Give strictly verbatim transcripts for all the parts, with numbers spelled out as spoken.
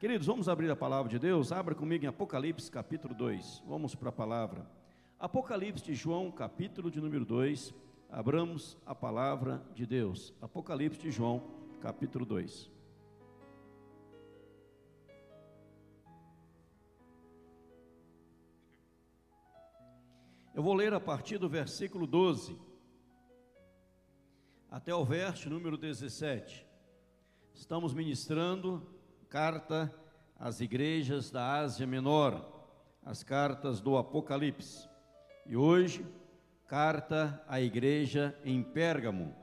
Queridos, vamos abrir a palavra de Deus. Abra comigo em Apocalipse capítulo dois. Vamos para a palavra. Apocalipse de João, capítulo de número dois. Abramos a palavra de Deus. Apocalipse de João, capítulo dois. Eu vou ler a partir do versículo doze até o verso número dezessete. Estamos ministrando carta às igrejas da Ásia Menor, as cartas do Apocalipse. E hoje, carta à igreja em Pérgamo.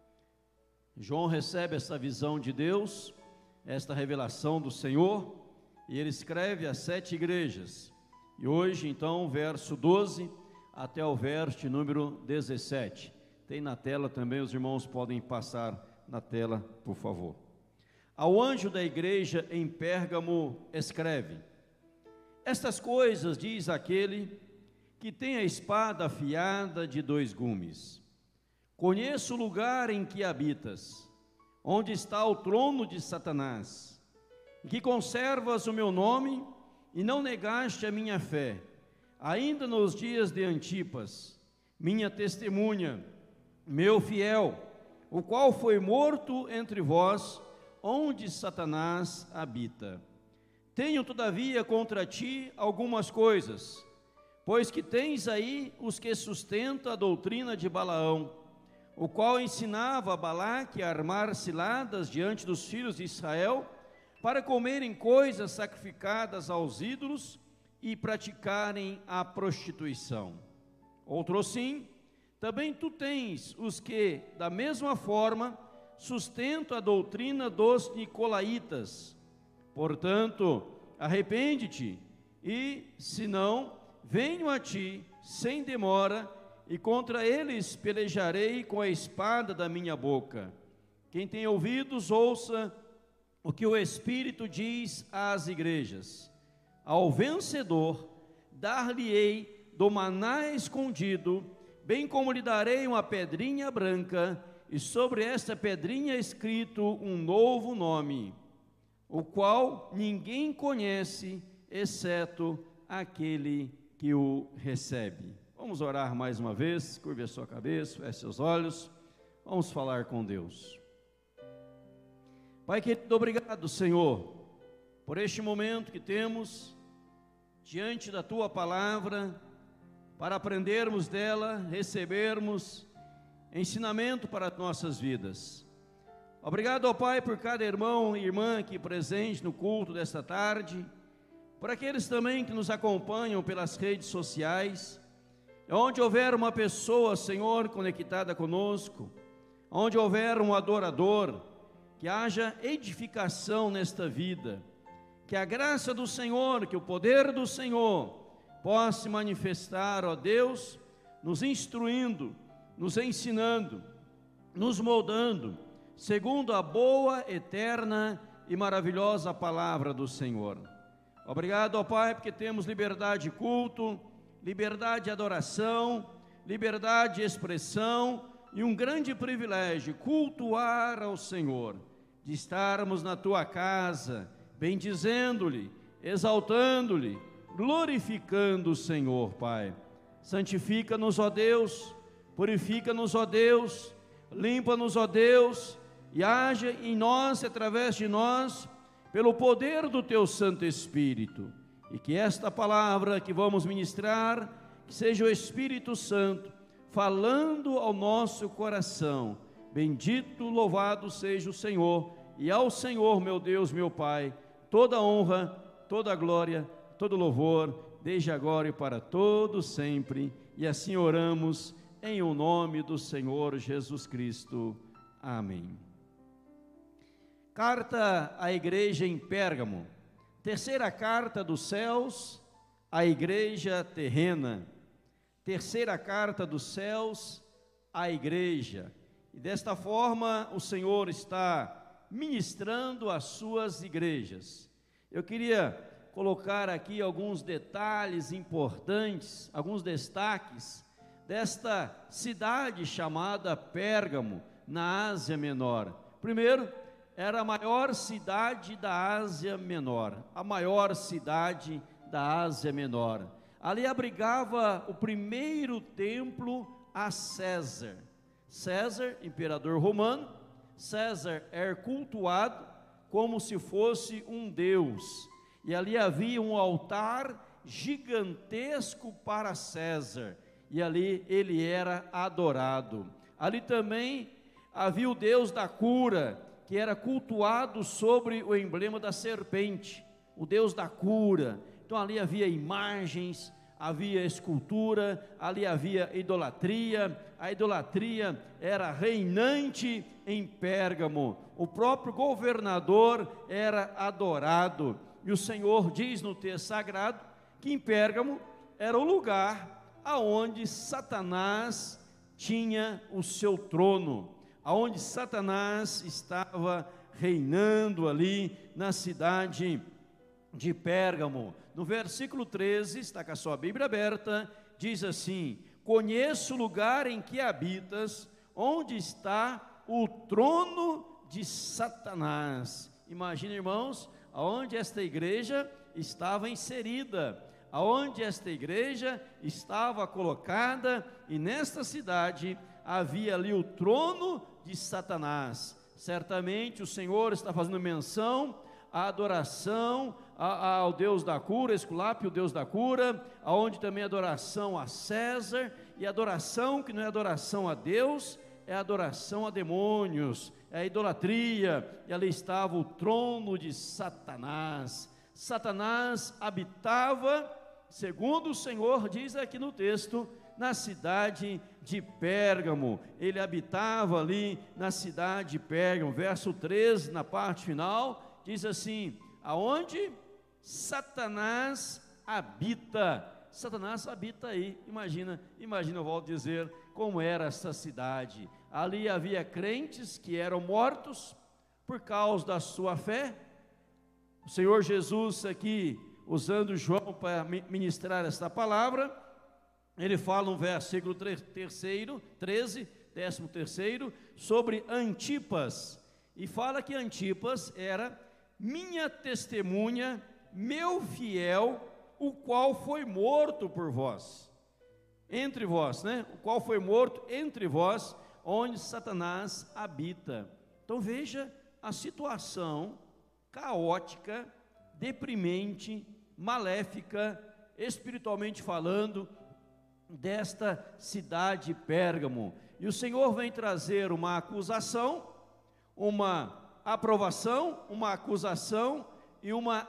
João recebe essa visão de Deus, esta revelação do Senhor, e ele escreve às sete igrejas. E hoje, então, verso doze até o verso número dezessete. Tem na tela também, os irmãos podem passar na tela, por favor. Ao anjo da igreja em Pérgamo escreve: estas coisas diz aquele que tem a espada afiada de dois gumes. Conheço o lugar em que habitas, onde está o trono de Satanás, e que conservas o meu nome e não negaste a minha fé, ainda nos dias de Antipas, minha testemunha, meu fiel, o qual foi morto entre vós, onde Satanás habita. Tenho, todavia, contra ti algumas coisas, pois que tens aí os que sustentam a doutrina de Balaão, o qual ensinava a Balaque a armar ciladas diante dos filhos de Israel, para comerem coisas sacrificadas aos ídolos e praticarem a prostituição. Outro sim, também tu tens os que, da mesma forma, sustentam a doutrina dos nicolaítas. Portanto, arrepende-te, e, se não, venho a ti sem demora, e contra eles pelejarei com a espada da minha boca. Quem tem ouvidos, ouça o que o Espírito diz às igrejas. Ao vencedor, dar-lhe-ei do maná escondido, bem como lhe darei uma pedrinha branca, e sobre esta pedrinha escrito um novo nome, o qual ninguém conhece, exceto aquele que o recebe. Vamos orar mais uma vez. Curve a sua cabeça, feche seus olhos. Vamos falar com Deus. Pai querido, obrigado, Senhor, por este momento que temos diante da Tua palavra, para aprendermos dela, recebermos ensinamento para nossas vidas. Obrigado, ó Pai, por cada irmão e irmã aqui presente no culto desta tarde, por aqueles também que nos acompanham pelas redes sociais, onde houver uma pessoa, Senhor, conectada conosco, onde houver um adorador, que haja edificação nesta vida, que a graça do Senhor, que o poder do Senhor possa se manifestar, ó Deus, nos instruindo, nos ensinando, nos moldando, segundo a boa, eterna e maravilhosa palavra do Senhor. Obrigado, ó Pai, porque temos liberdade de culto, liberdade de adoração, liberdade de expressão e um grande privilégio, cultuar ao Senhor, de estarmos na Tua casa, bendizendo-lhe, exaltando-lhe, glorificando o Senhor, Pai. Santifica-nos, ó Deus, purifica-nos, ó Deus, limpa-nos, ó Deus, e haja em nós, através de nós, pelo poder do Teu Santo Espírito, e que esta palavra que vamos ministrar, que seja o Espírito Santo falando ao nosso coração. Bendito, louvado seja o Senhor, e ao Senhor, meu Deus, meu Pai, toda honra, toda glória, todo louvor, desde agora e para todo sempre, e assim oramos em o nome do Senhor Jesus Cristo. Amém. Carta à igreja em Pérgamo, terceira carta dos céus à igreja terrena, terceira carta dos céus à igreja, e desta forma o Senhor está ministrando às suas igrejas. Eu queria colocar aqui alguns detalhes importantes, alguns destaques desta cidade chamada Pérgamo, na Ásia Menor. Primeiro, era a maior cidade da Ásia Menor, a maior cidade da Ásia Menor. Ali abrigava o primeiro templo a César. César, imperador romano. César era cultuado como se fosse um deus, e ali havia um altar gigantesco para César, e ali ele era adorado. Ali também havia o Deus da cura, que era cultuado sobre o emblema da serpente, o Deus da cura. Então ali havia imagens, havia escultura, ali havia idolatria. A idolatria era reinante em Pérgamo, o próprio governador era adorado, e o Senhor diz no texto sagrado que em Pérgamo era o lugar aonde Satanás tinha o seu trono, aonde Satanás estava reinando ali na cidade de Pérgamo. No versículo treze, está com a sua Bíblia aberta, diz assim: conheço o lugar em que habitas, onde está o trono de Satanás. Imagina, irmãos, aonde esta igreja estava inserida, aonde esta igreja estava colocada, e nesta cidade havia ali o trono de Satanás. Certamente o Senhor está fazendo menção à adoração ao Deus da cura, Esculápio, o Deus da cura, aonde também adoração a César, e adoração que não é adoração a Deus, é adoração a demônios, é a idolatria, e ali estava o trono de Satanás. Satanás habitava, segundo o Senhor diz aqui no texto, na cidade de Pérgamo. Ele habitava ali na cidade de Pérgamo. Verso treze, na parte final, diz assim: aonde Satanás habita. Satanás habita aí. Imagina, imagina, eu volto a dizer, como era essa cidade. Ali havia crentes que eram mortos por causa da sua fé. O Senhor Jesus aqui, usando João para ministrar esta palavra, ele fala no versículo terceiro, treze, décimo terceiro, sobre Antipas, e fala que Antipas era minha testemunha, meu fiel, o qual foi morto por vós, entre vós, né? O qual foi morto entre vós, onde Satanás habita. Então veja a situação caótica, deprimente, maléfica, espiritualmente falando, desta cidade Pérgamo. E o Senhor vem trazer uma acusação, uma aprovação, uma acusação e uma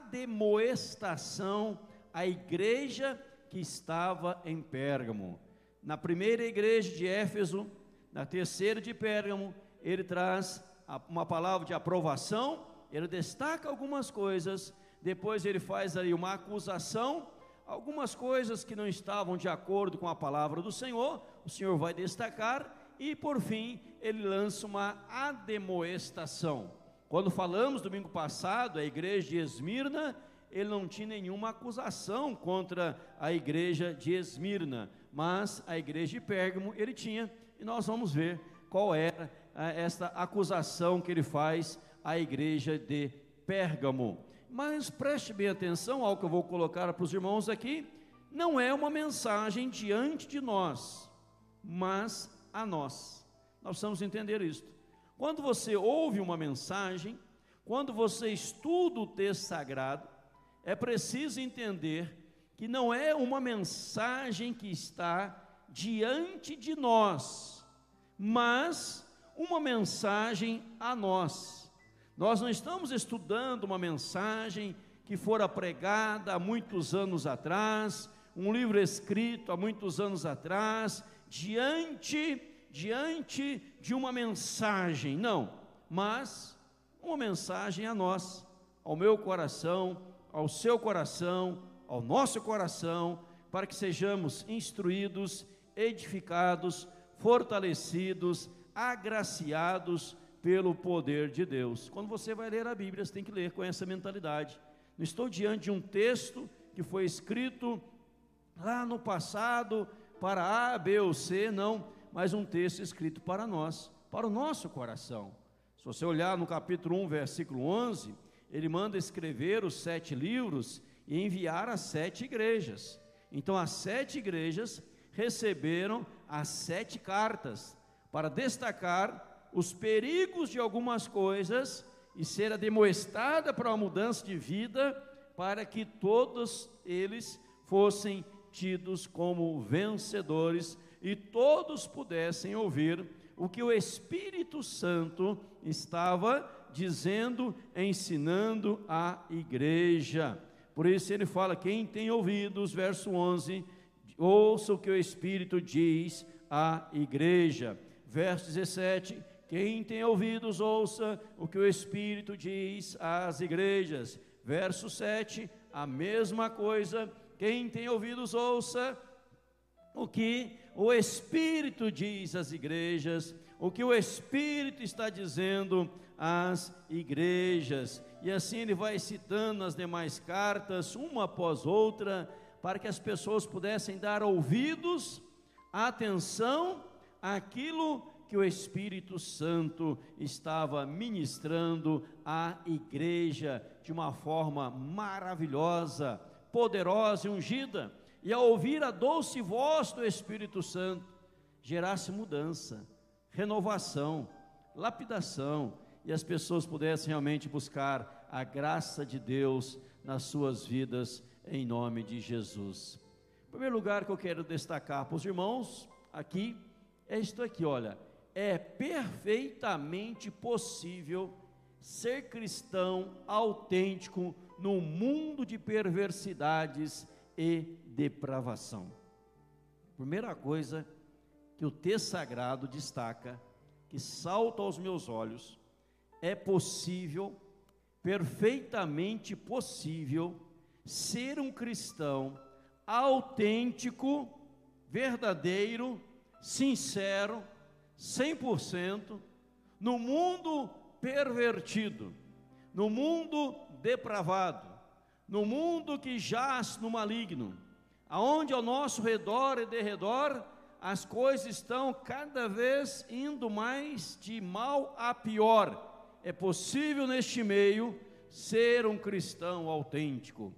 admoestação à igreja que estava em Pérgamo. Na primeira igreja de Éfeso, na terceira de Pérgamo, ele traz uma palavra de aprovação, ele destaca algumas coisas, depois ele faz aí uma acusação, algumas coisas que não estavam de acordo com a palavra do Senhor, o Senhor vai destacar, e por fim, ele lança uma admoestação. Quando falamos domingo passado, a igreja de Esmirna, ele não tinha nenhuma acusação contra a igreja de Esmirna, mas a igreja de Pérgamo ele tinha, e nós vamos ver qual era esta acusação que ele faz à igreja de Pérgamo. Mas preste bem atenção ao que eu vou colocar para os irmãos aqui, não é uma mensagem diante de nós, mas a nós. Nós precisamos entender isto. Quando você ouve uma mensagem, quando você estuda o texto sagrado, é preciso entender que não é uma mensagem que está diante de nós, mas uma mensagem a nós. Nós não estamos estudando uma mensagem que fora pregada há muitos anos atrás, um livro escrito há muitos anos atrás, diante, diante de uma mensagem, não, mas uma mensagem a nós, ao meu coração, ao seu coração, ao nosso coração, para que sejamos instruídos, edificados, fortalecidos, agraciados pelo poder de Deus. Quando você vai ler a Bíblia, você tem que ler com essa mentalidade. Não estou diante de um texto que foi escrito lá no passado para A, B ou C, não, mas um texto escrito para nós, para o nosso coração. Se você olhar no capítulo um, versículo onze, ele manda escrever os sete livros e enviar às sete igrejas. Então as sete igrejas receberam as sete cartas, para destacar os perigos de algumas coisas e ser admoestada para uma mudança de vida, para que todos eles fossem tidos como vencedores e todos pudessem ouvir o que o Espírito Santo estava dizendo, ensinando à igreja. Por isso ele fala: quem tem ouvidos, verso onze, ouça o que o Espírito diz à igreja. Verso dezessete, quem tem ouvidos, ouça o que o Espírito diz às igrejas. Verso sete, a mesma coisa, quem tem ouvidos, ouça o que o Espírito diz às igrejas, o que o Espírito está dizendo às igrejas. E assim ele vai citando as demais cartas, uma após outra, para que as pessoas pudessem dar ouvidos, atenção àquilo que o Espírito Santo estava ministrando à igreja de uma forma maravilhosa, poderosa e ungida. E ao ouvir a doce voz do Espírito Santo, gerasse mudança, renovação, lapidação, e as pessoas pudessem realmente buscar a graça de Deus nas suas vidas, em nome de Jesus. O primeiro lugar que eu quero destacar para os irmãos aqui, é isto aqui, olha: é perfeitamente possível ser cristão autêntico num mundo de perversidades e depravação. Primeira coisa que o texto sagrado destaca, que salta aos meus olhos: é possível, perfeitamente possível, ser um cristão autêntico, verdadeiro, sincero, cem por cento, no mundo pervertido, no mundo depravado, no mundo que jaz no maligno, aonde ao nosso redor e derredor as coisas estão cada vez indo mais de mal a pior. É possível neste meio ser um cristão autêntico.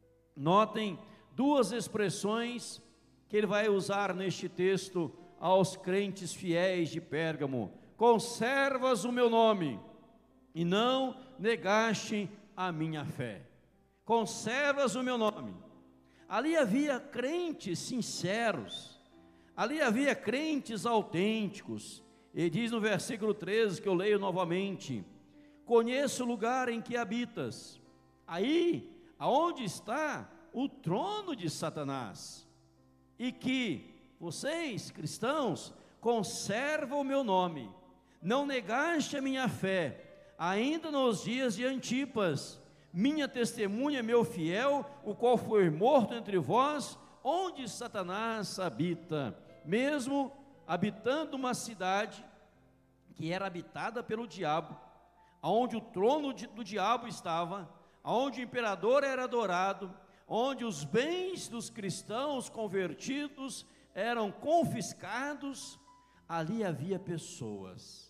Notem duas expressões que ele vai usar neste texto aos crentes fiéis de Pérgamo: conservas o meu nome e não negaste a minha fé. Conservas o meu nome. Ali havia crentes sinceros, ali havia crentes autênticos. E diz no versículo treze, que eu leio novamente: conheço o lugar em que habitas, aí aonde está o trono de Satanás, e que vocês, cristãos, conservam o meu nome, não negaste a minha fé, ainda nos dias de Antipas, minha testemunha, meu fiel, o qual foi morto entre vós, onde Satanás habita, mesmo habitando uma cidade que era habitada pelo diabo, aonde o trono de, do diabo estava, aonde o imperador era adorado, onde os bens dos cristãos convertidos eram confiscados. Ali havia pessoas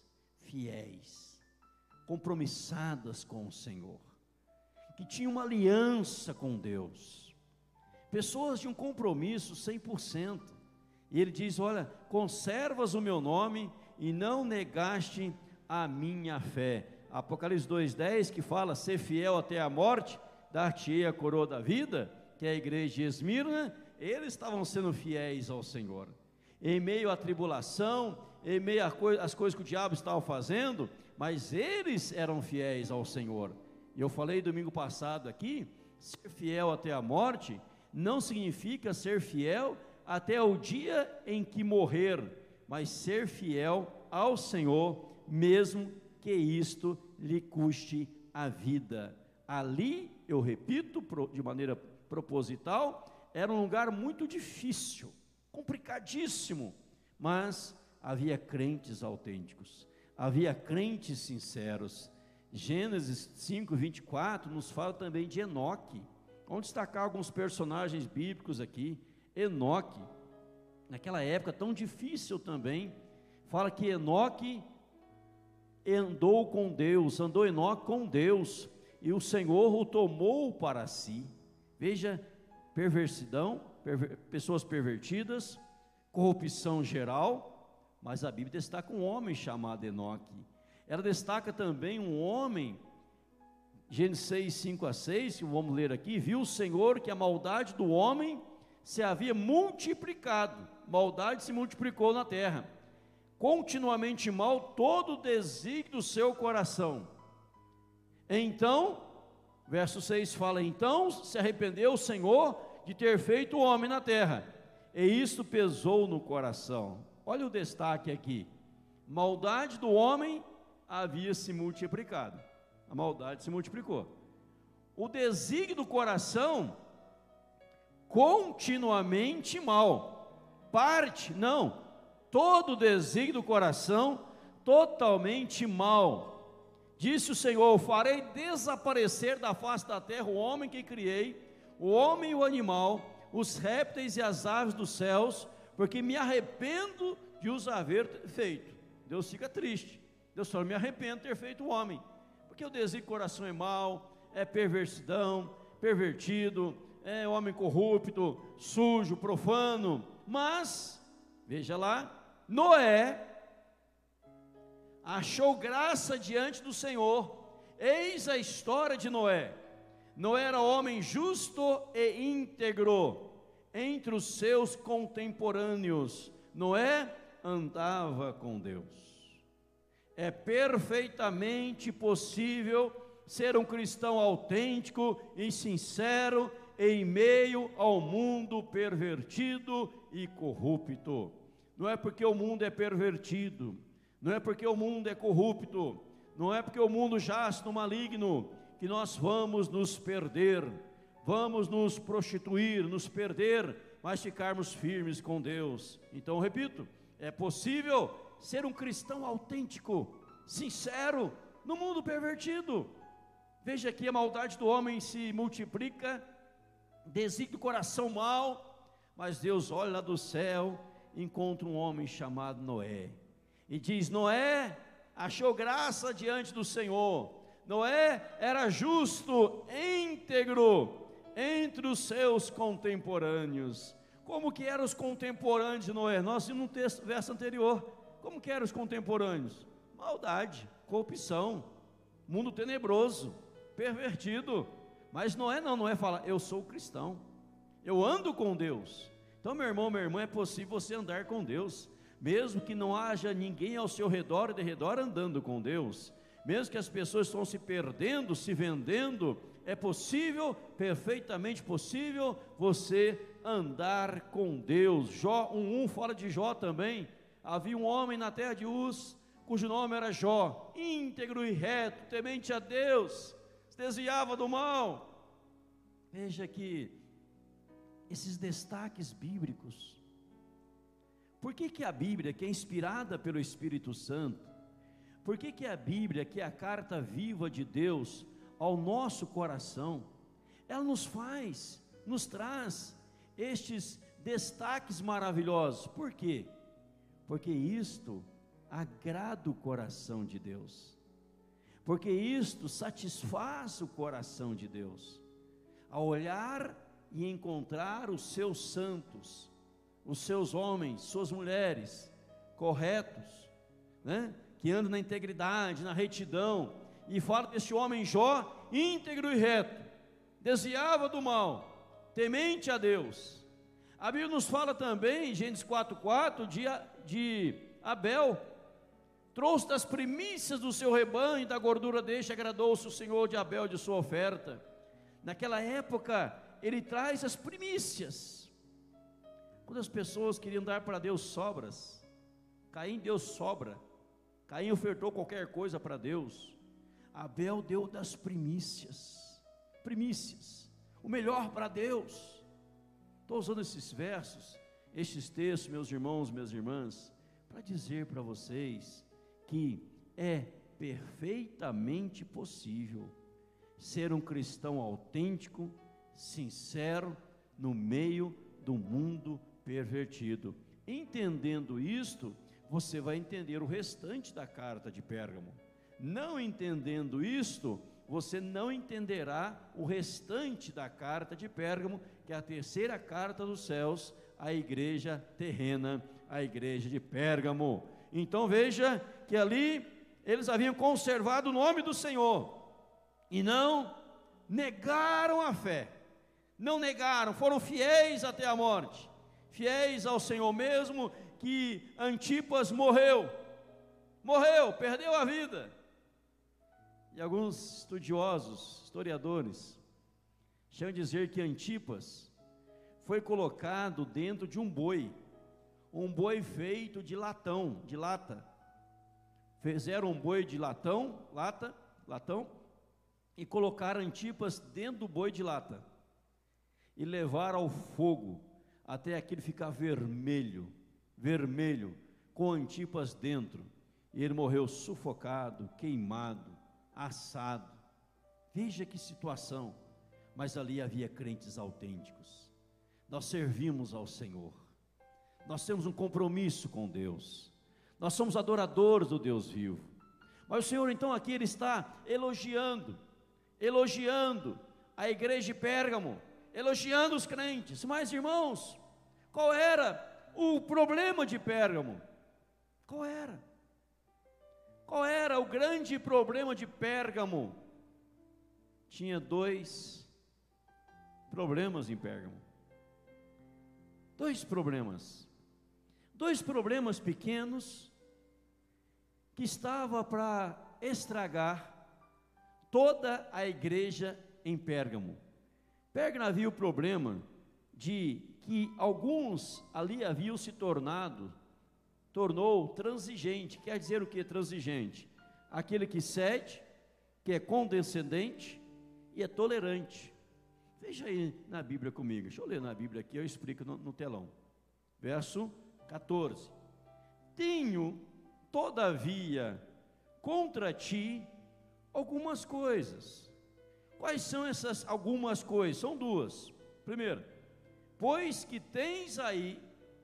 fiéis, compromissadas com o Senhor, que tinham uma aliança com Deus, pessoas de um compromisso cem por cento. E ele diz: olha, conservas o meu nome e não negaste a minha fé. Apocalipse dois, dez, que fala: ser fiel até a morte, dar-te-ei a coroa da vida, que é a igreja de Esmirna. Eles estavam sendo fiéis ao Senhor, em meio à tribulação, em meio às coisas que o diabo estava fazendo, mas eles eram fiéis ao Senhor. E eu falei domingo passado aqui, ser fiel até a morte, não significa ser fiel até o dia em que morrer, mas ser fiel ao Senhor, mesmo que isto lhe custe a vida. Ali, eu repito, de maneira proposital, era um lugar muito difícil, complicadíssimo, mas havia crentes autênticos, havia crentes sinceros. Gênesis cinco, vinte e quatro nos fala também de Enoque. Vamos destacar alguns personagens bíblicos aqui. Enoque, naquela época tão difícil também, fala que Enoque andou com Deus, andou Enoque com Deus, e o Senhor o tomou para si. Veja, perversidão, perver, pessoas pervertidas, corrupção geral, mas a Bíblia destaca um homem chamado Enoque. Ela destaca também um homem, Gênesis seis, cinco a seis, que vamos ler aqui, viu o Senhor que a maldade do homem se havia multiplicado, maldade se multiplicou na terra, continuamente mal todo o desígnio do seu coração. Então, verso seis fala, então se arrependeu o Senhor de ter feito o homem na terra, e isto pesou no coração. Olha o destaque aqui, maldade do homem havia se multiplicado, a maldade se multiplicou, o desígnio do coração continuamente mal, parte, não, todo o desígnio do coração totalmente mal. Disse o Senhor, farei desaparecer da face da terra o homem que criei, o homem e o animal, os répteis e as aves dos céus, porque me arrependo de os haver feito. Deus fica triste, Deus fala, me arrependo de ter feito o homem, porque o desígnio do coração é mal, é perversidão, pervertido, é homem corrupto, sujo, profano. Mas, veja lá, Noé achou graça diante do Senhor. Eis a história de Noé. Noé era homem justo e íntegro entre os seus contemporâneos. Noé andava com Deus. É perfeitamente possível ser um cristão autêntico e sincero em meio ao mundo pervertido e corrupto. Não é porque o mundo é pervertido, não é porque o mundo é corrupto, não é porque o mundo jaz no maligno, que nós vamos nos perder, vamos nos prostituir, nos perder, mas ficarmos firmes com Deus. Então, repito, é possível ser um cristão autêntico, sincero, no mundo pervertido. Veja que a maldade do homem se multiplica, desígnio do coração mal, mas Deus olha lá do céu, encontra um homem chamado Noé, e diz, Noé achou graça diante do Senhor, Noé era justo, íntegro, entre os seus contemporâneos. Como que eram os contemporâneos de Noé? Nós vimos no texto, verso anterior, como que eram os contemporâneos? Maldade, corrupção, mundo tenebroso, pervertido. Mas Noé não, Noé fala, eu sou cristão, eu ando com Deus. Então, meu irmão, minha irmã, é possível você andar com Deus, mesmo que não haja ninguém ao seu redor e de redor andando com Deus, mesmo que as pessoas estão se perdendo, se vendendo, é possível, perfeitamente possível, você andar com Deus. Jó um um fala de Jó também. Havia um homem na terra de Uz, cujo nome era Jó, íntegro e reto, temente a Deus, se desviava do mal. Veja que esses destaques bíblicos, por que que a Bíblia, que é inspirada pelo Espírito Santo, por que que a Bíblia, que é a carta viva de Deus ao nosso coração, ela nos faz, nos traz estes destaques maravilhosos? Por quê? Porque isto agrada o coração de Deus, porque isto satisfaz o coração de Deus, ao olhar e encontrar os seus santos, os seus homens, suas mulheres corretos, né? Que andam na integridade, na retidão, e fala deste homem Jó, íntegro e reto, desviava do mal, temente a Deus. A Bíblia nos fala também, em Gênesis quatro, quatro, de, de Abel, trouxe das primícias do seu rebanho, e da gordura deste agradou-se o Senhor de Abel de sua oferta. Naquela época, ele traz as primícias. Quando as pessoas queriam dar para Deus sobras, Caim deu sobra, Caim ofertou qualquer coisa para Deus, Abel deu das primícias, primícias, o melhor para Deus. Estou usando esses versos, estes textos, meus irmãos, minhas irmãs, para dizer para vocês que é perfeitamente possível ser um cristão autêntico, sincero, no meio do mundo pervertido. Entendendo isto, você vai entender o restante da carta de Pérgamo. não entendendo isto, você não entenderá o restante da carta de Pérgamo, que é a terceira carta dos céus, à igreja terrena, a igreja de Pérgamo. Então veja que ali eles haviam conservado o nome do Senhor, e não negaram a fé, não negaram, foram fiéis até a morte, fiéis ao Senhor, mesmo que Antipas morreu, morreu, perdeu a vida. E alguns estudiosos, historiadores, chegam a dizer que Antipas foi colocado dentro de um boi, um boi feito de latão, de lata. Fizeram um boi de latão, lata, latão, e colocaram Antipas dentro do boi de lata, e levaram ao fogo, até aquele ficar vermelho, vermelho, com Antipas dentro, e ele morreu sufocado, queimado, assado. Veja que situação. Mas ali havia crentes autênticos. Nós servimos ao Senhor, nós temos um compromisso com Deus, nós somos adoradores do Deus vivo. Mas o Senhor então aqui ele está elogiando, elogiando a igreja de Pérgamo, elogiando os crentes. Mas irmãos, qual era o problema de Pérgamo? Qual era? Qual era o grande problema de Pérgamo? Tinha dois problemas em Pérgamo. Dois problemas. Dois problemas pequenos que estava para estragar toda a igreja em Pérgamo. Pérgamo havia o problema de que alguns ali haviam se tornado tornou transigente. Quer dizer o que transigente? Aquele que cede, que é condescendente e é tolerante. Veja aí na Bíblia comigo, deixa eu ler na Bíblia aqui, eu explico no, no telão. Verso quatorze. Tenho, todavia, contra ti algumas coisas. Quais são essas algumas coisas? São duas. Primeiro, pois que tens aí,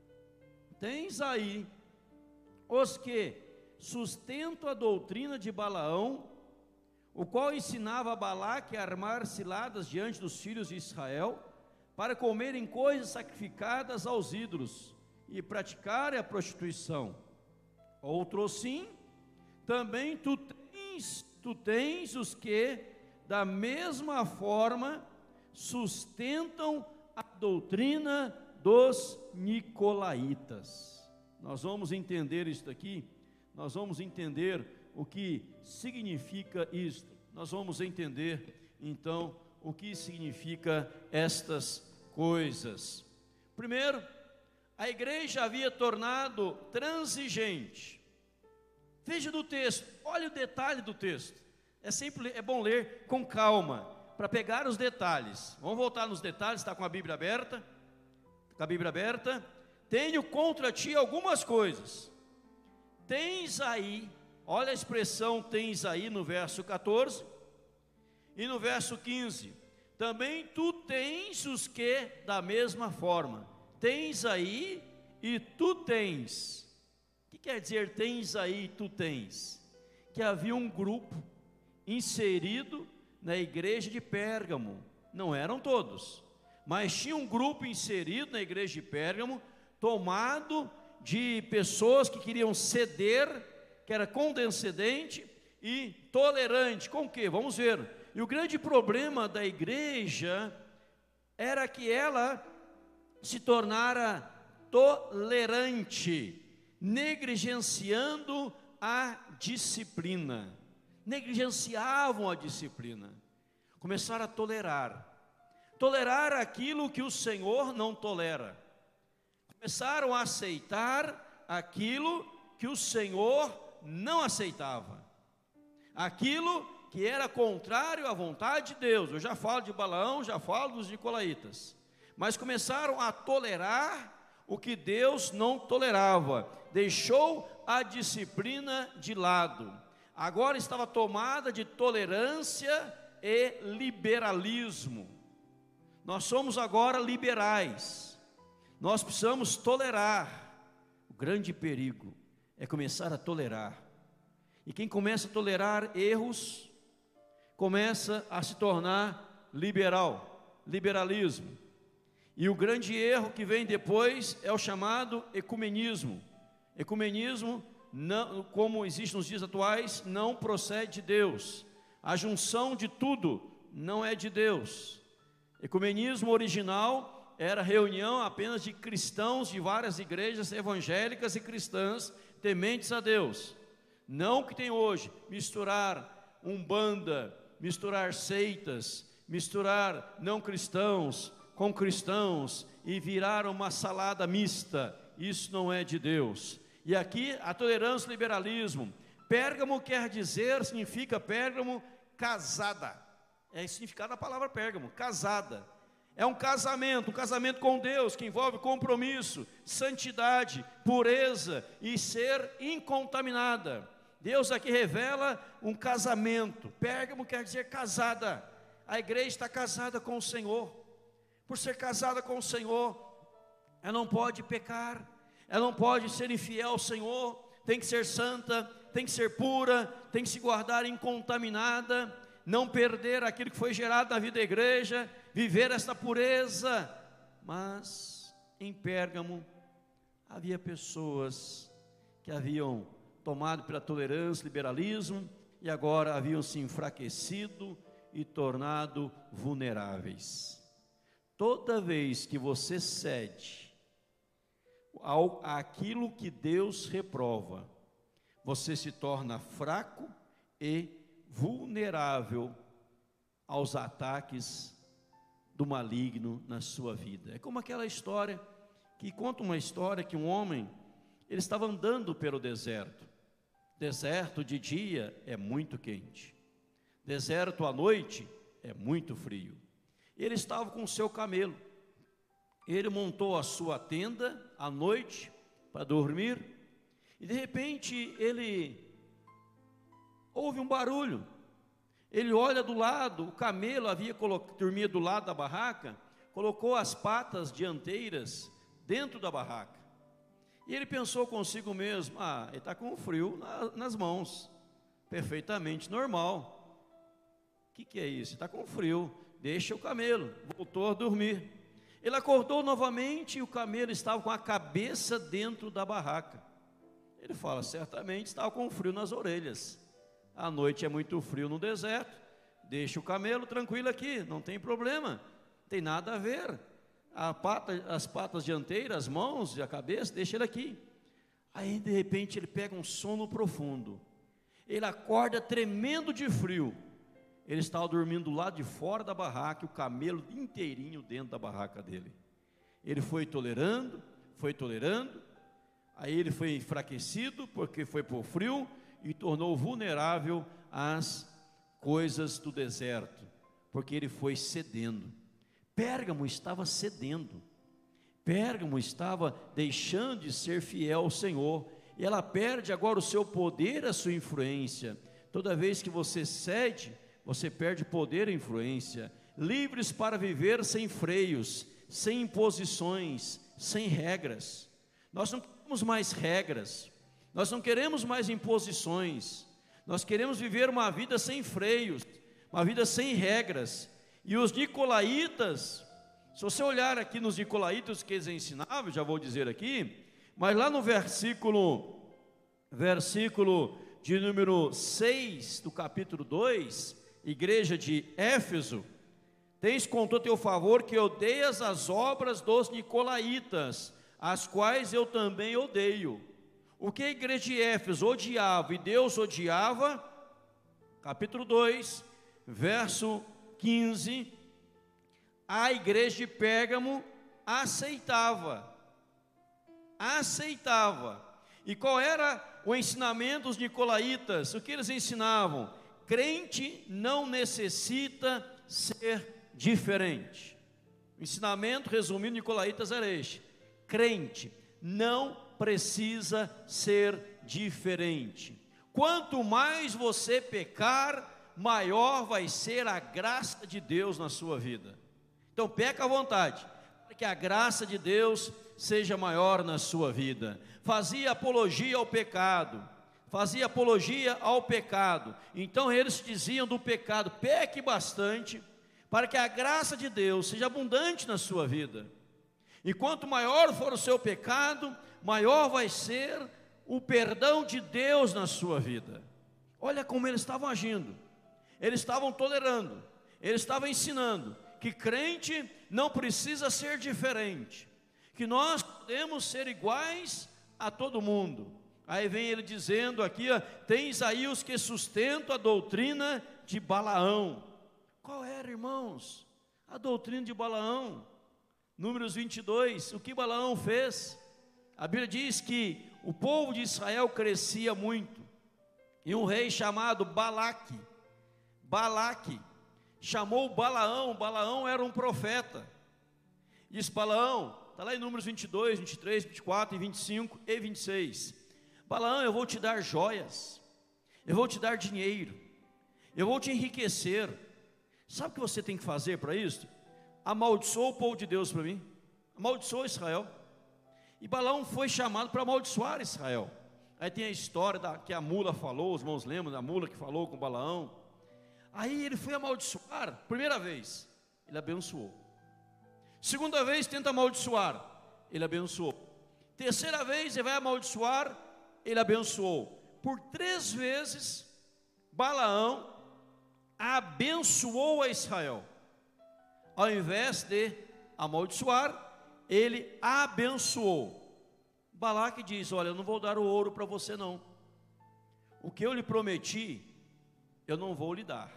tens aí, os que sustentam a doutrina de Balaão, o qual ensinava a Balaque a armar ciladas diante dos filhos de Israel, para comerem coisas sacrificadas aos ídolos, e praticarem a prostituição. Outro sim, também tu tens, tu tens os que, da mesma forma, sustentam a doutrina dos nicolaítas. Nós vamos entender isso aqui, nós vamos entender o que significa isto, nós vamos entender então o que significa estas coisas. Primeiro, a igreja havia tornado transigente. Veja no texto, olha o detalhe do texto, é sempre é bom ler com calma, para pegar os detalhes. Vamos voltar nos detalhes, está com a Bíblia aberta, com a Bíblia aberta. Tenho contra ti algumas coisas. Tens aí, olha a expressão tens aí no verso quatorze, e no verso quinze, também tu tens os que da mesma forma. Tens aí e tu tens. O que quer dizer tens aí e tu tens? Que havia um grupo inserido na igreja de Pérgamo, não eram todos, mas tinha um grupo inserido na igreja de Pérgamo, tomado de pessoas que queriam ceder, que era condescendente e tolerante. Com o que? Vamos ver. E o grande problema da igreja era que ela se tornara tolerante, negligenciando a disciplina. Negligenciavam a disciplina. Começaram a tolerar. Tolerar aquilo que o Senhor não tolera. Começaram a aceitar aquilo que o Senhor não aceitava, aquilo que era contrário à vontade de Deus. Eu já falo de Balaão, já falo dos nicolaítas, mas começaram a tolerar o que Deus não tolerava, deixou a disciplina de lado, agora estava tomada de tolerância e liberalismo. Nós somos agora liberais. Nós precisamos tolerar. O grande perigo é começar a tolerar. E quem começa a tolerar erros, começa a se tornar liberal, liberalismo. E o grande erro que vem depois é o chamado ecumenismo. Ecumenismo, não, como existe nos dias atuais, não procede de Deus. A junção de tudo não é de Deus. Ecumenismo original era reunião apenas de cristãos de várias igrejas evangélicas e cristãs tementes a Deus. Não o que tem hoje, misturar umbanda, misturar seitas, misturar não cristãos com cristãos e virar uma salada mista. Isso não é de Deus. E aqui a tolerância e o liberalismo. Pérgamo quer dizer, significa Pérgamo casada. É o significado da palavra Pérgamo, casada. É um casamento, um casamento com Deus, que envolve compromisso, santidade, pureza e ser incontaminada. Deus aqui revela um casamento. Pérgamo quer dizer casada. A igreja está casada com o Senhor. Por ser casada com o Senhor, ela não pode pecar, ela não pode ser infiel ao Senhor, tem que ser santa, tem que ser pura, tem que se guardar incontaminada, não perder aquilo que foi gerado na vida da igreja, viver esta pureza. Mas em Pérgamo havia pessoas que haviam tomado pela tolerância, liberalismo, e agora haviam se enfraquecido e tornado vulneráveis. Toda vez que você cede ao, àquilo que Deus reprova, você se torna fraco e vulnerável aos ataques do maligno na sua vida. É como aquela história que conta uma história que um homem, ele estava andando pelo deserto. Deserto de dia é muito quente, deserto à noite é muito frio. Ele estava com o seu camelo, ele montou a sua tenda à noite para dormir, e de repente ele ouve um barulho. Ele olha do lado, o camelo havia dormido do lado da barraca, colocou as patas dianteiras dentro da barraca, e ele pensou consigo mesmo: ah, ele está com frio na, nas mãos, perfeitamente normal. O que, que é isso? Está com frio. Deixa o camelo, voltou a dormir. Ele acordou novamente e o camelo estava com a cabeça dentro da barraca. Ele fala: certamente estava com frio nas orelhas. A noite é muito frio no deserto, deixa o camelo tranquilo aqui, não tem problema, não tem nada a ver. A pata, as patas dianteiras, as mãos e a cabeça, deixa ele aqui. Aí de repente ele pega um sono profundo. Ele acorda tremendo de frio. Ele estava dormindo do lado de fora da barraca, e o camelo inteirinho dentro da barraca dele. Ele foi tolerando, foi tolerando, aí ele foi enfraquecido, porque foi por frio, e tornou vulnerável às coisas do deserto, porque ele foi cedendo. Pérgamo estava cedendo, Pérgamo estava deixando de ser fiel ao Senhor, e ela perde agora o seu poder, a sua influência. Toda vez que você cede, você perde poder e influência. Livres para viver sem freios, sem imposições, sem regras. Nós não queremos mais regras, nós não queremos mais imposições, nós queremos viver uma vida sem freios, uma vida sem regras. E os nicolaítas, se você olhar aqui nos nicolaítas que eles ensinavam, já vou dizer aqui, mas lá no versículo, versículo de número seis do capítulo dois, igreja de Éfeso: tens contra teu favor que odeias as obras dos nicolaítas, as quais eu também odeio. O que a igreja de Éfeso odiava e Deus odiava, capítulo dois, verso quinze, a igreja de Pérgamo aceitava, aceitava. E qual era o ensinamento dos nicolaítas? O que eles ensinavam? Crente não necessita ser diferente. O ensinamento resumido nicolaítas era este: crente não precisa ser diferente. Quanto mais você pecar, maior vai ser a graça de Deus na sua vida. Então peca à vontade, para que a graça de Deus seja maior na sua vida. Fazia apologia ao pecado, fazia apologia ao pecado. Então eles diziam do pecado: peque bastante, para que a graça de Deus seja abundante na sua vida. E quanto maior for o seu pecado, maior vai ser o perdão de Deus na sua vida. Olha como eles estavam agindo. Eles estavam tolerando, eles estavam ensinando que crente não precisa ser diferente, que nós podemos ser iguais a todo mundo. Aí vem ele dizendo aqui, ó, tens aí os que sustentam a doutrina de Balaão. Qual era, irmãos, a doutrina de Balaão? Números vinte e dois, o que Balaão fez? A Bíblia diz que o povo de Israel crescia muito, e um rei chamado Balaque, Balaque, chamou Balaão. Balaão era um profeta. Disse: Balaão, está lá em Números vinte e dois, vinte e três, vinte e quatro, e vinte e cinco e vinte e seis. Balaão, eu vou te dar joias, eu vou te dar dinheiro, eu vou te enriquecer. Sabe o que você tem que fazer para isso? Amaldiçoa o povo de Deus para mim, amaldiçoa Israel. E Balaão foi chamado para amaldiçoar Israel. Aí tem a história da, que a mula falou, os irmãos lembram da mula que falou com Balaão. Aí ele foi amaldiçoar, primeira vez, ele abençoou. Segunda vez tenta amaldiçoar, ele abençoou. Terceira vez ele vai amaldiçoar, ele abençoou. Por três vezes, Balaão abençoou a Israel. Ao invés de amaldiçoar, ele abençoou. Balaque diz: olha, eu não vou dar o ouro para você não. O que eu lhe prometi, eu não vou lhe dar.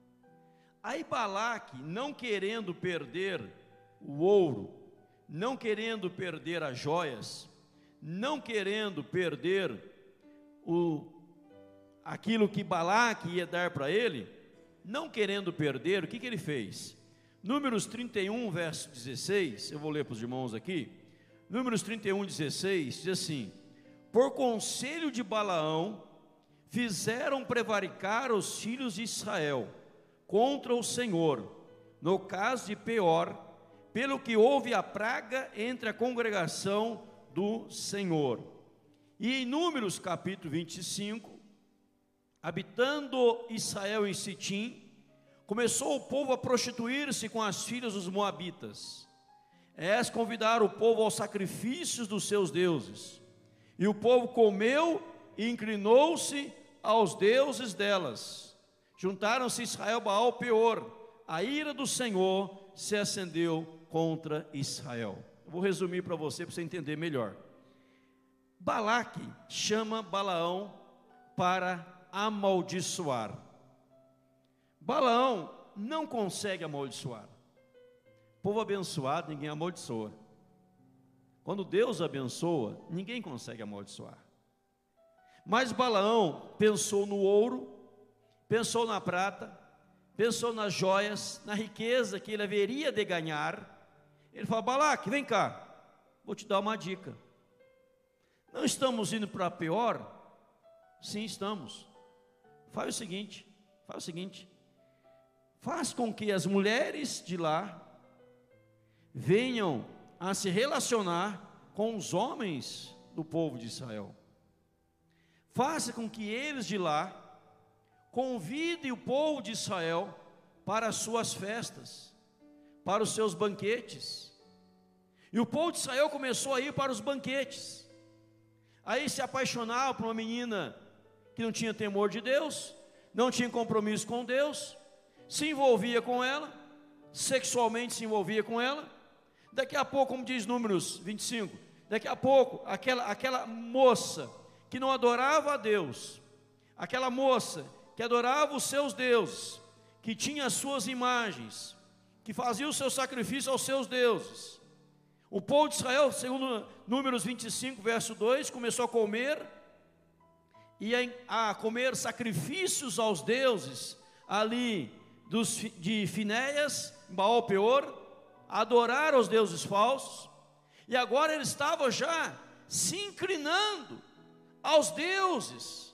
Aí Balaque, não querendo perder o ouro, não querendo perder as joias, não querendo perder o, aquilo que Balaque ia dar para ele, não querendo perder, o que, que ele fez? Números trinta e um, verso dezesseis, eu vou ler para os irmãos aqui. Números trinta e um, dezesseis, diz assim: por conselho de Balaão, fizeram prevaricar os filhos de Israel contra o Senhor, no caso de Peor, pelo que houve a praga entre a congregação do Senhor. E em Números capítulo vinte e cinco, habitando Israel em Sitim, começou o povo a prostituir-se com as filhas dos moabitas. És convidar o povo aos sacrifícios dos seus deuses. E o povo comeu e inclinou-se aos deuses delas. Juntaram-se Israel, Baal, Peor. A ira do Senhor se acendeu contra Israel. Eu vou resumir para você, para você entender melhor. Balaque chama Balaão para amaldiçoar. Balaão não consegue amaldiçoar. Povo abençoado, ninguém amaldiçoa. Quando Deus abençoa, ninguém consegue amaldiçoar. Mas Balaão pensou no ouro, pensou na prata, pensou nas joias, na riqueza que ele haveria de ganhar. Ele falou: Balaque, vem cá, vou te dar uma dica. Não estamos indo para Peor? Sim, estamos. Faz o seguinte, faz o seguinte, faz com que as mulheres de lá venham a se relacionar com os homens do povo de Israel. Faça com que eles de lá convidem o povo de Israel para as suas festas, para os seus banquetes. E o povo de Israel começou a ir para os banquetes. Aí se apaixonava por uma menina que não tinha temor de Deus, não tinha compromisso com Deus, se envolvia com ela, sexualmente se envolvia com ela. Daqui a pouco, como diz Números vinte e cinco, daqui a pouco, aquela, aquela moça que não adorava a Deus, aquela moça que adorava os seus deuses, que tinha as suas imagens, que fazia o seu sacrifício aos seus deuses. O povo de Israel, segundo Números vinte e cinco, verso dois, começou a comer, e a, a comer sacrifícios aos deuses, ali dos, de Finéias, Baal, Peor, adorar os deuses falsos, e agora ele estava já se inclinando aos deuses,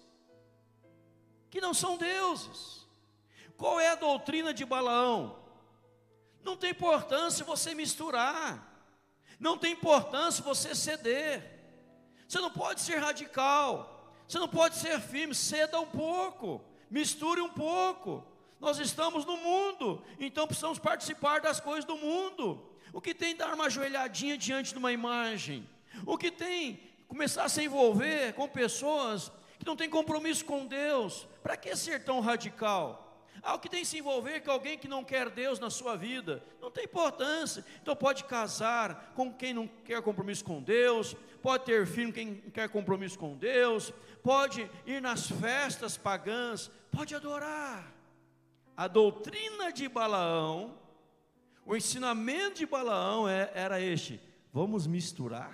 que não são deuses. Qual é a doutrina de Balaão? Não tem importância você misturar, não tem importância você ceder, você não pode ser radical, Você não pode ser firme, ceda um pouco, misture um pouco. Nós estamos no mundo, então precisamos participar das coisas do mundo. O que tem dar uma ajoelhadinha diante de uma imagem? O que tem começar a se envolver com pessoas que não têm compromisso com Deus? Para que ser tão radical? Ah, o que tem se envolver com alguém que não quer Deus na sua vida? Não tem importância. Então pode casar com quem não quer compromisso com Deus, pode ter filho com quem não quer compromisso com Deus, pode ir nas festas pagãs, pode adorar. A doutrina de Balaão, o ensinamento de Balaão é, era este: vamos misturar.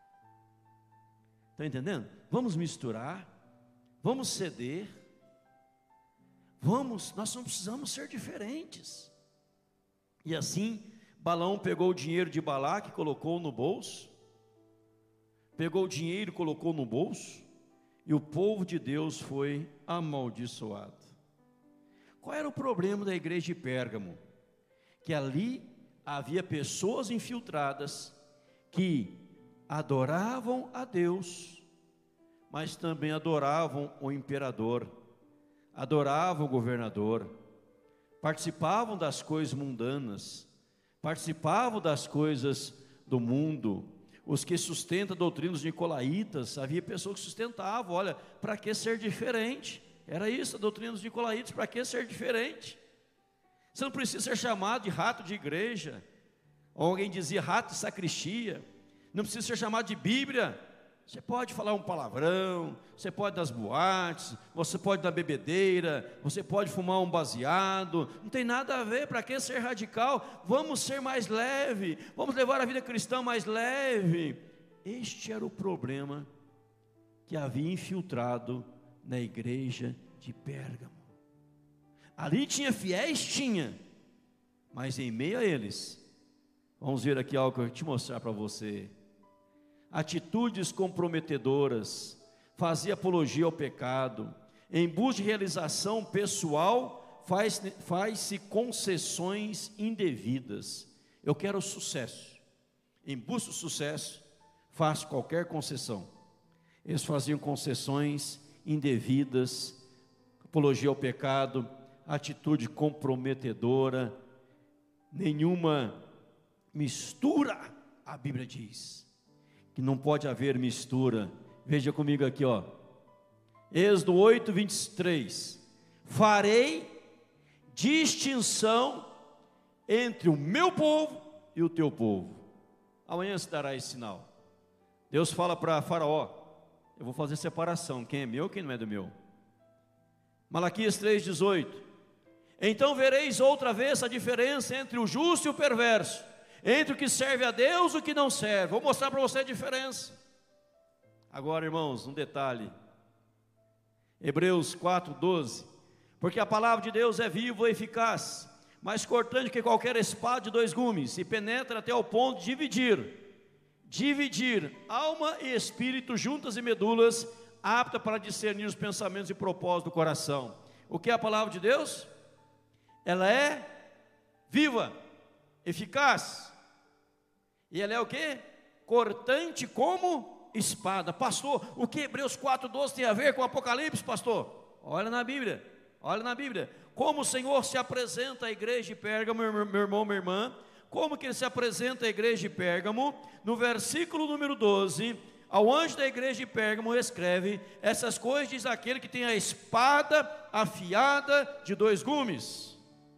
Está entendendo? Vamos misturar, vamos ceder, vamos, nós não precisamos ser diferentes. E assim, Balaão pegou o dinheiro de Balaque e colocou no bolso, pegou o dinheiro e colocou no bolso, e o povo de Deus foi amaldiçoado. Qual era o problema da igreja de Pérgamo? Que ali havia pessoas infiltradas que adoravam a Deus, mas também adoravam o imperador, adoravam o governador, participavam das coisas mundanas, participavam das coisas do mundo. Os que sustentam a doutrina dos nicolaítas, havia pessoas que sustentavam, olha, para que ser diferente? Era isso, a doutrina dos nicolaítas, para que ser diferente? Você não precisa ser chamado de rato de igreja, ou alguém dizia rato de sacristia, não precisa ser chamado de Bíblia. Você pode falar um palavrão, você pode dar as boates, você pode dar bebedeira, você pode fumar um baseado, não tem nada a ver. Para que ser radical? Vamos ser mais leve, vamos levar a vida cristã mais leve. Este era o problema que havia infiltrado na igreja de Pérgamo. Ali tinha fiéis, tinha, mas em meio a eles, vamos ver aqui algo que eu vou te mostrar para você. Atitudes comprometedoras, fazia apologia ao pecado, em busca de realização pessoal, faz, faz-se concessões indevidas. Eu quero sucesso, em busca do sucesso, faço qualquer concessão. Eles faziam concessões indevidas, apologia ao pecado, atitude comprometedora, nenhuma mistura. A Bíblia diz que não pode haver mistura. Veja comigo aqui, ó, Êxodo oito, vinte e três, farei distinção entre o meu povo e o teu povo. Amanhã se dará esse sinal. Deus fala para Faraó: eu vou fazer separação, quem é meu e quem não é do meu. Malaquias três, dezoito, então vereis outra vez a diferença entre o justo e o perverso, entre o que serve a Deus e o que não serve. Vou mostrar para você a diferença. Agora, irmãos, um detalhe, Hebreus quatro, doze, porque a palavra de Deus é viva e eficaz, mais cortante que qualquer espada de dois gumes, e penetra até o ponto de dividir, dividir alma e espírito, juntas e medulas, apta para discernir os pensamentos e propósitos do coração. O que é a palavra de Deus? Ela é viva, eficaz, e ela é o que? Cortante como espada. Pastor, o que Hebreus quatro, doze tem a ver com Apocalipse, pastor? Olha na Bíblia, olha na Bíblia, como o Senhor se apresenta à igreja de Pérgamo, meu, meu irmão, minha irmã, como que ele se apresenta à igreja de Pérgamo. No versículo número doze, ao anjo da igreja de Pérgamo escreve: essas coisas diz aquele que tem a espada afiada de dois gumes.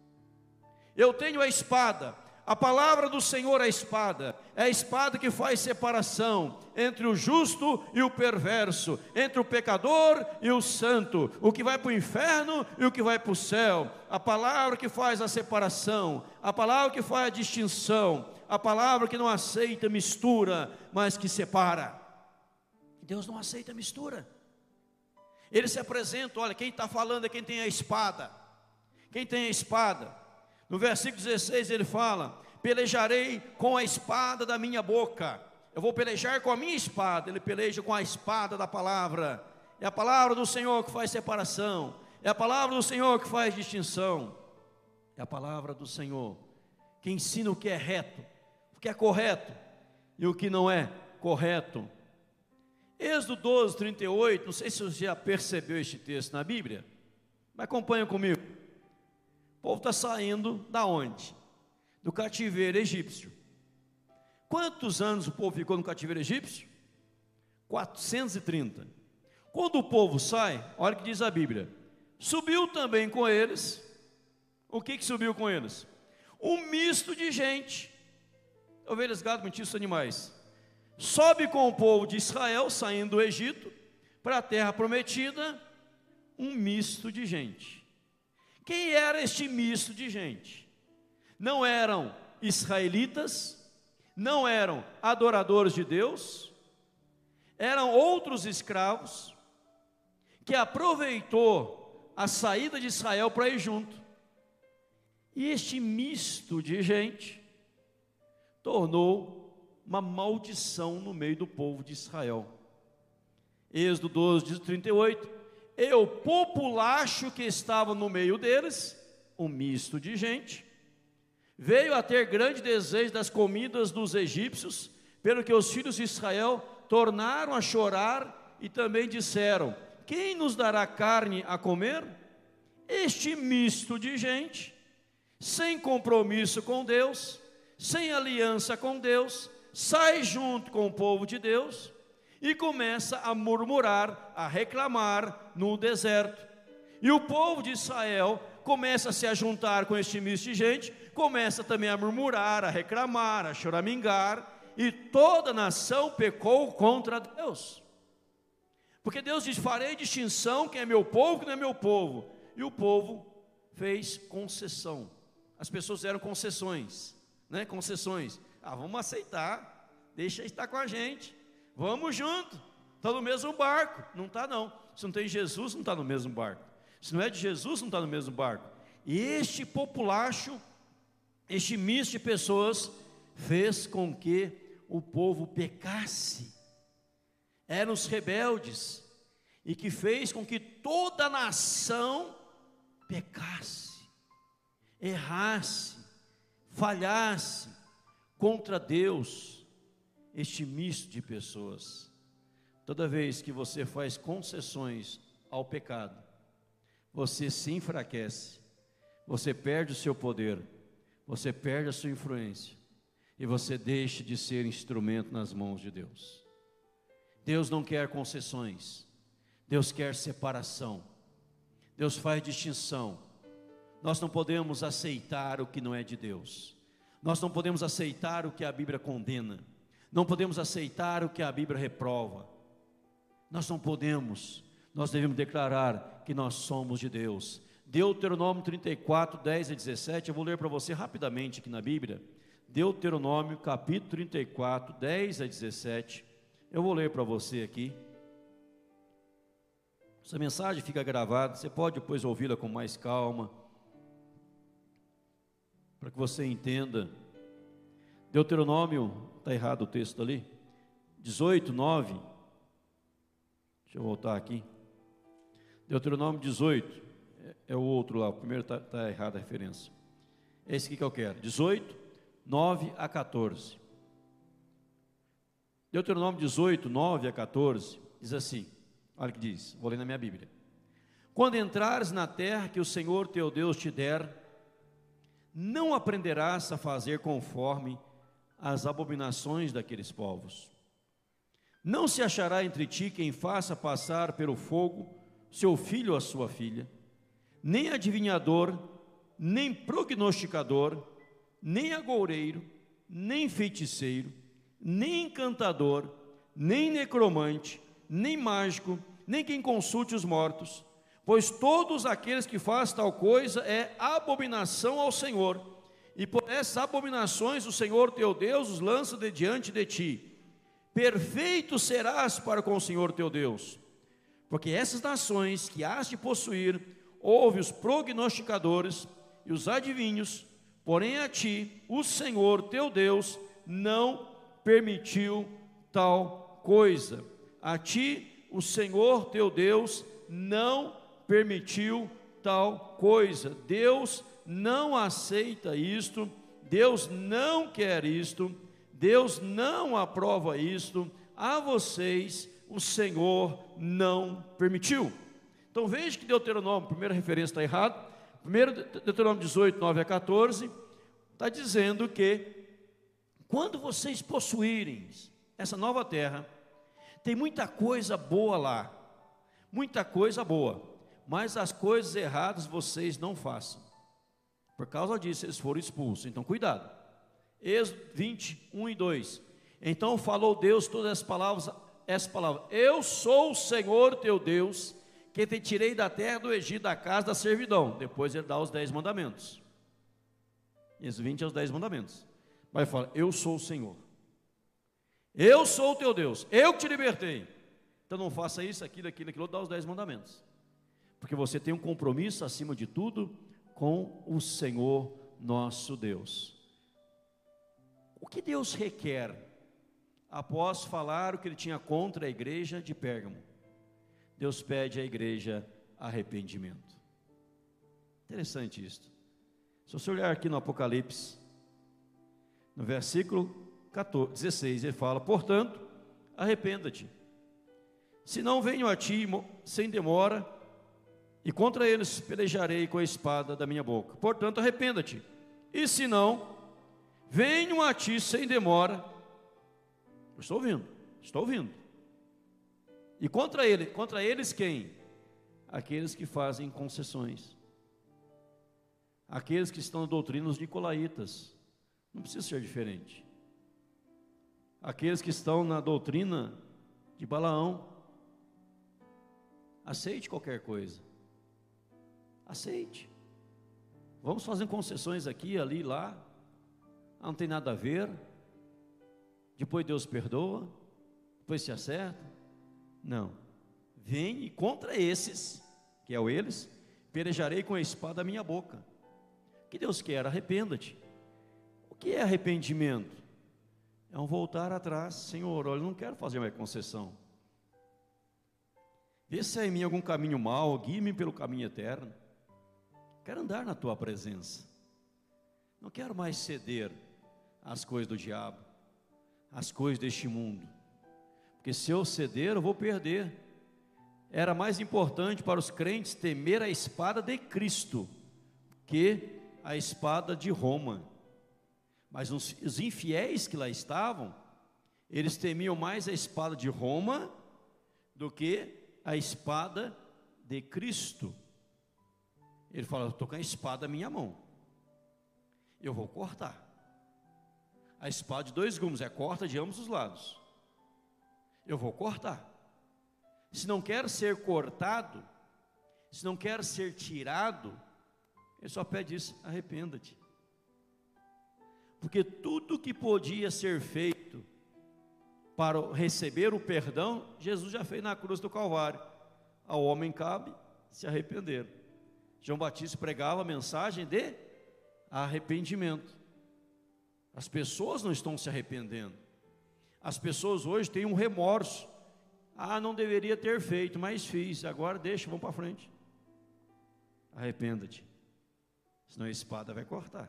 Eu tenho a espada, a palavra do Senhor é a espada, é a espada que faz separação entre o justo e o perverso, entre o pecador e o santo, o que vai para o inferno e o que vai para o céu. A palavra que faz a separação, a palavra que faz a distinção, a palavra que não aceita mistura, mas que separa. Deus não aceita mistura. Ele se apresenta, olha, quem está falando é quem tem a espada. Quem tem a espada? No versículo dezesseis ele fala: pelejarei com a espada da minha boca. Eu vou pelejar com a minha espada. Ele peleja com a espada da palavra. É a palavra do Senhor que faz separação, é a palavra do Senhor que faz distinção, é a palavra do Senhor que ensina o que é reto, o que é correto e o que não é correto. Êxodo doze, trinta e oito, não sei se você já percebeu este texto na Bíblia, mas acompanha comigo. O povo está saindo da onde? Do cativeiro egípcio. Quantos anos o povo ficou no cativeiro egípcio? quatrocentos e trinta. Quando o povo sai, olha o que diz a Bíblia: subiu também com eles, o que que subiu com eles? Um misto de gente, ovelhas, gado, mentiços, animais. Sobe com o povo de Israel, saindo do Egito, para a terra prometida, um misto de gente. Quem era este misto de gente? Não eram israelitas, não eram adoradores de Deus, eram outros escravos, que aproveitou a saída de Israel para ir junto. E este misto de gente tornou uma maldição no meio do povo de Israel. Êxodo doze, trinta e oito, e o populacho que estava no meio deles, um misto de gente, veio a ter grande desejo das comidas dos egípcios, pelo que os filhos de Israel tornaram a chorar e também disseram: quem nos dará carne a comer? Este misto de gente, sem compromisso com Deus, sem aliança com Deus, sai junto com o povo de Deus e começa a murmurar, a reclamar no deserto. E o povo de Israel começa a se ajuntar com este misto de gente, começa também a murmurar, a reclamar, a choramingar, e toda a nação pecou contra Deus. Porque Deus diz: farei distinção quem é meu povo e quem não é meu povo. E o povo fez concessão. As pessoas fizeram concessões, né? Concessões. Ah, vamos aceitar, deixa estar com a gente, vamos junto, está no mesmo barco. Não está não, se não tem Jesus, não está no mesmo barco. Se não é de Jesus, não está no mesmo barco. E este populacho, este misto de pessoas, fez com que o povo pecasse. Eram os rebeldes, e que fez com que toda a nação pecasse, errasse, falhasse contra Deus. Este misto de pessoas, toda vez que você faz concessões ao pecado, você se enfraquece, você perde o seu poder, você perde a sua influência, e você deixa de ser instrumento nas mãos de Deus. Deus não quer concessões, Deus quer separação, Deus faz distinção. Nós não podemos aceitar o que não é de Deus, nós não podemos aceitar o que a Bíblia condena, não podemos aceitar o que a Bíblia reprova, nós não podemos, nós devemos declarar que nós somos de Deus. Deuteronômio trinta e quatro, dez a dezessete, eu vou ler para você rapidamente aqui na Bíblia. Deuteronômio capítulo trinta e quatro, dez a dezessete, eu vou ler para você aqui. Essa mensagem fica gravada, você pode depois ouvi-la com mais calma, para que você entenda. Deuteronômio, está errado o texto ali, dezoito, nove, deixa eu voltar aqui, Deuteronômio dezoito, é, é o outro lá, o primeiro está tá errado a referência, é esse aqui que eu quero, dezoito, nove a quatorze, Deuteronômio dezoito, nove a quatorze, diz assim, olha o que diz, vou ler na minha Bíblia: quando entrares na terra que o Senhor teu Deus te der, não aprenderás a fazer conforme as abominações daqueles povos. Não se achará entre ti quem faça passar pelo fogo seu filho ou a sua filha, nem adivinhador, nem prognosticador, nem agoureiro, nem feiticeiro, nem encantador, nem necromante, nem mágico, nem quem consulte os mortos, pois todos aqueles que fazem tal coisa é abominação ao Senhor, e por essas abominações o Senhor teu Deus os lança de diante de ti. Perfeito serás para com o Senhor teu Deus, porque essas nações que has de possuir, ouve os prognosticadores e os adivinhos, porém a ti, o Senhor teu Deus, não permitiu tal coisa. A ti, o Senhor teu Deus, não permitiu tal coisa. Deus não aceita isto, Deus não quer isto, Deus não aprova isto. A vocês o Senhor não permitiu. Então veja que Deuteronômio, primeira referência está errado, primeiro Deuteronômio dezoito, nove a quatorze, está dizendo que quando vocês possuírem essa nova terra, tem muita coisa boa lá, muita coisa boa, mas as coisas erradas vocês não façam. Por causa disso eles foram expulsos, então cuidado. Êxodo vinte, um e dois. Então falou Deus todas as palavras, essa palavra: eu sou o Senhor teu Deus, que te tirei da terra do Egito, da casa da servidão. Depois ele dá os dez mandamentos. Êxodo vinte é os dez mandamentos. Vai falar: eu sou o Senhor, eu sou o teu Deus, eu que te libertei. Então não faça isso, aquilo, aquilo, aquilo, dá os dez mandamentos. Porque você tem um compromisso acima de tudo com o Senhor nosso Deus. O que Deus requer após falar o que ele tinha contra a igreja de Pérgamo? Deus pede à igreja arrependimento. Interessante isso. Se você olhar aqui no Apocalipse, no versículo quatorze, dezesseis, ele fala: portanto, arrependa-te, senão venho a ti sem demora, e contra eles pelejarei com a espada da minha boca. Portanto, arrependa-te, e se não, venho a ti sem demora. Eu estou ouvindo, estou ouvindo. E contra ele, contra eles quem? Aqueles que fazem concessões, aqueles que estão na doutrina dos nicolaítas. Não precisa ser diferente. Aqueles que estão na doutrina de Balaão. Aceite qualquer coisa, aceite. Vamos fazer concessões aqui, ali, lá. Ah, não tem nada a ver. Depois Deus perdoa, depois se acerta. Não. Vem e contra esses, que é o eles, pelejarei com a espada da minha boca. O que Deus quer? Arrependa-te. O que é arrependimento? É um voltar atrás. Senhor, olha, eu não quero fazer mais concessão. Vê se há em mim algum caminho mau, guie-me pelo caminho eterno. Quero andar na tua presença. Não quero mais ceder às coisas do diabo, às coisas deste mundo. Porque se eu ceder, eu vou perder. Era mais importante para os crentes temer a espada de Cristo que a espada de Roma. Mas os, os infiéis que lá estavam, eles temiam mais a espada de Roma do que a espada de Cristo. Ele fala: eu estou com a espada na minha mão, eu vou cortar. A espada de dois gumes é corta de ambos os lados. Eu vou cortar. Se não quer ser cortado, se não quer ser tirado, ele só pede isso: arrependa-te. Porque tudo que podia ser feito para receber o perdão, Jesus já fez na cruz do Calvário. Ao homem cabe se arrepender. João Batista pregava a mensagem de arrependimento. As pessoas não estão se arrependendo. As pessoas hoje têm um remorso. Ah, não deveria ter feito, mas fiz, agora deixa, vamos para frente. Arrependa-te, senão a espada vai cortar.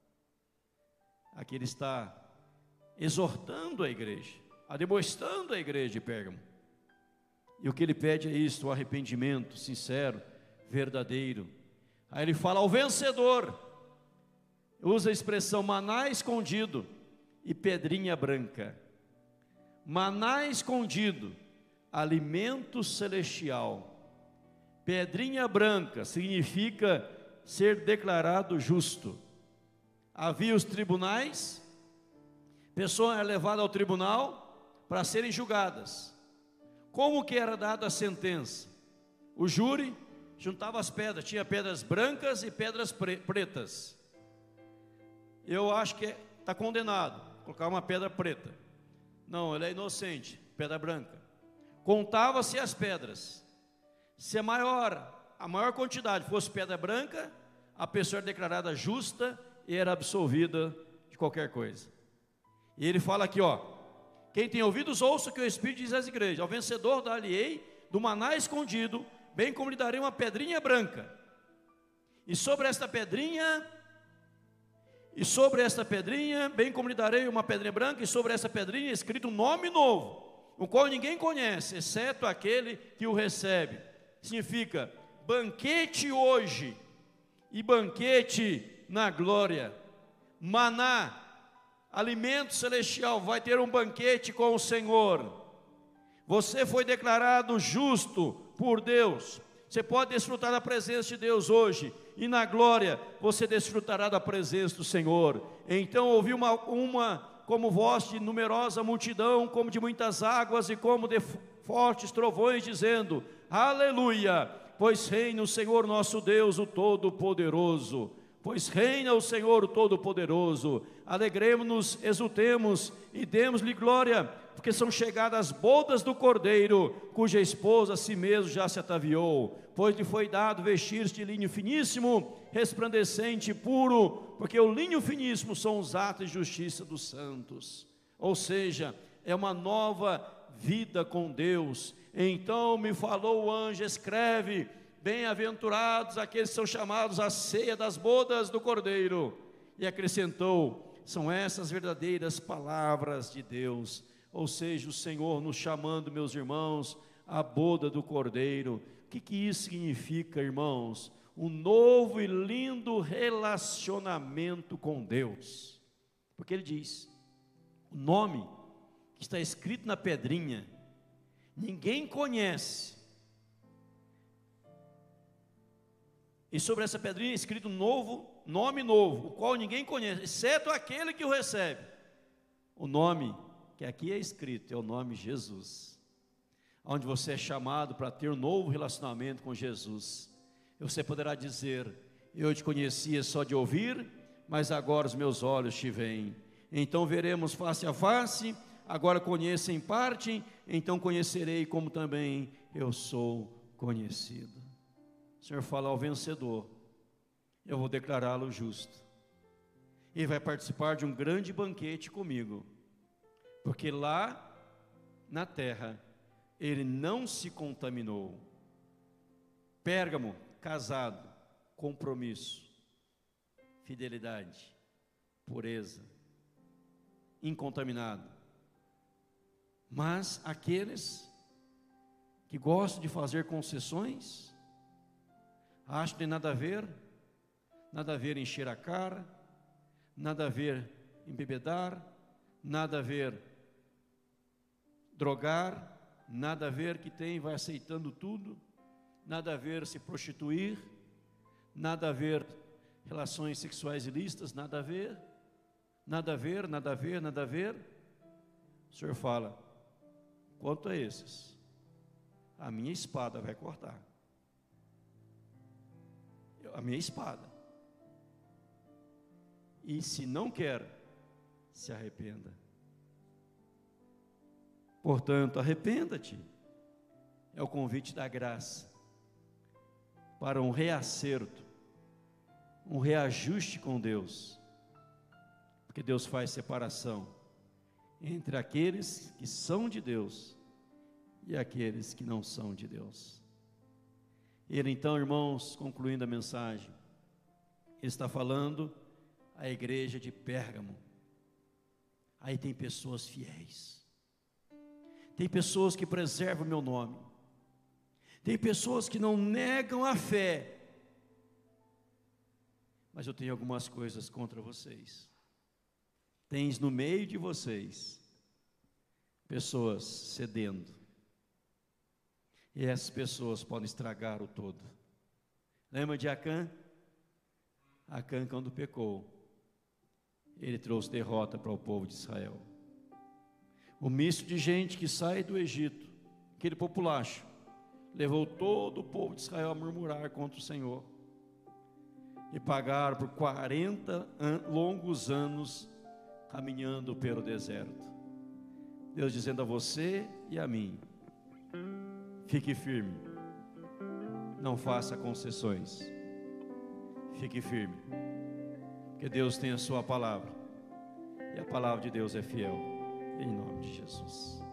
Aqui ele está exortando a igreja, admoestando a igreja de Pérgamo. E o que ele pede é isso: o arrependimento sincero, verdadeiro. Aí ele fala ao vencedor, usa a expressão maná escondido e pedrinha branca. Maná escondido, alimento celestial. Pedrinha branca significa ser declarado justo. Havia os tribunais, pessoa era levada ao tribunal para serem julgadas. Como que era dada a sentença? O júri juntava as pedras, tinha pedras brancas e pedras pre pretas. Eu acho que está condenado, colocar uma pedra preta. Não, ele é inocente, pedra branca. Contava-se as pedras. Se a maior, a maior quantidade fosse pedra branca, a pessoa era declarada justa e era absolvida de qualquer coisa. E ele fala aqui, ó: quem tem ouvidos, ouça o que o Espírito diz às igrejas. Ao vencedor dar-lhe-ei do maná escondido, bem como lhe darei uma pedrinha branca. E sobre esta pedrinha, e sobre esta pedrinha, bem como lhe darei uma pedrinha branca, e sobre essa pedrinha escrito um nome novo, o qual ninguém conhece, exceto aquele que o recebe. Significa banquete hoje e banquete na glória. Maná, alimento celestial, vai ter um banquete com o Senhor. Você foi declarado justo por Deus. Você pode desfrutar da presença de Deus hoje, e na glória você desfrutará da presença do Senhor. Então ouvi uma, uma como voz de numerosa multidão, como de muitas águas e como de fortes trovões, dizendo: aleluia, pois reina o Senhor nosso Deus, o Todo-Poderoso. Pois reina o Senhor, o Todo-Poderoso. Alegremos-nos, exultemos e demos-lhe glória, porque são chegadas as bodas do Cordeiro, cuja esposa a si mesmo já se ataviou. Pois lhe foi dado vestir-se de linho finíssimo, resplandecente e puro, porque o linho finíssimo são os atos de justiça dos santos. Ou seja, é uma nova vida com Deus. Então me falou o anjo: escreve, bem-aventurados aqueles que são chamados à ceia das bodas do Cordeiro. E acrescentou: são essas verdadeiras palavras de Deus. Ou seja, o Senhor nos chamando, meus irmãos, à boda do Cordeiro. O que, que isso significa, irmãos? Um novo e lindo relacionamento com Deus. Porque ele diz, o nome que está escrito na pedrinha, ninguém conhece. E sobre essa pedrinha é escrito um novo, nome novo, o qual ninguém conhece, exceto aquele que o recebe. O nome que aqui é escrito é o nome Jesus, onde você é chamado para ter um novo relacionamento com Jesus. E você poderá dizer: eu te conhecia só de ouvir, mas agora os meus olhos te veem. Então veremos face a face, agora conheço em parte, então conhecerei como também eu sou conhecido. O Senhor fala ao vencedor: eu vou declará-lo justo. Ele vai participar de um grande banquete comigo, porque lá na terra ele não se contaminou. Pérgamo, casado, compromisso, fidelidade, pureza, incontaminado. Mas aqueles que gostam de fazer concessões, acham que tem nada a ver, nada a ver encher a cara, nada a ver embebedar, nada a ver drogar, nada a ver que tem, vai aceitando tudo, nada a ver se prostituir, nada a ver relações sexuais ilícitas, nada a ver, nada a ver, nada a ver, nada a ver. O Senhor fala: quanto a esses, a minha espada vai cortar. A minha espada. E se não quer, se arrependa. Portanto, arrependa-te. É o convite da graça para um reacerto, um reajuste com Deus, porque Deus faz separação entre aqueles que são de Deus e aqueles que não são de Deus. Ele então, irmãos, concluindo a mensagem, ele está falando à igreja de Pérgamo. Aí tem pessoas fiéis, tem pessoas que preservam o meu nome, tem pessoas que não negam a fé, mas eu tenho algumas coisas contra vocês. Tens no meio de vocês pessoas cedendo, e essas pessoas podem estragar o todo. Lembra de Acã? Acã, quando pecou, ele trouxe derrota para o povo de Israel. O misto de gente que sai do Egito, aquele populacho, levou todo o povo de Israel a murmurar contra o Senhor, e pagaram por quarenta an- longos anos caminhando pelo deserto. Deus dizendo a você e a mim: fique firme, não faça concessões, fique firme, porque Deus tem a sua palavra, e a palavra de Deus é fiel, em nome de Jesus.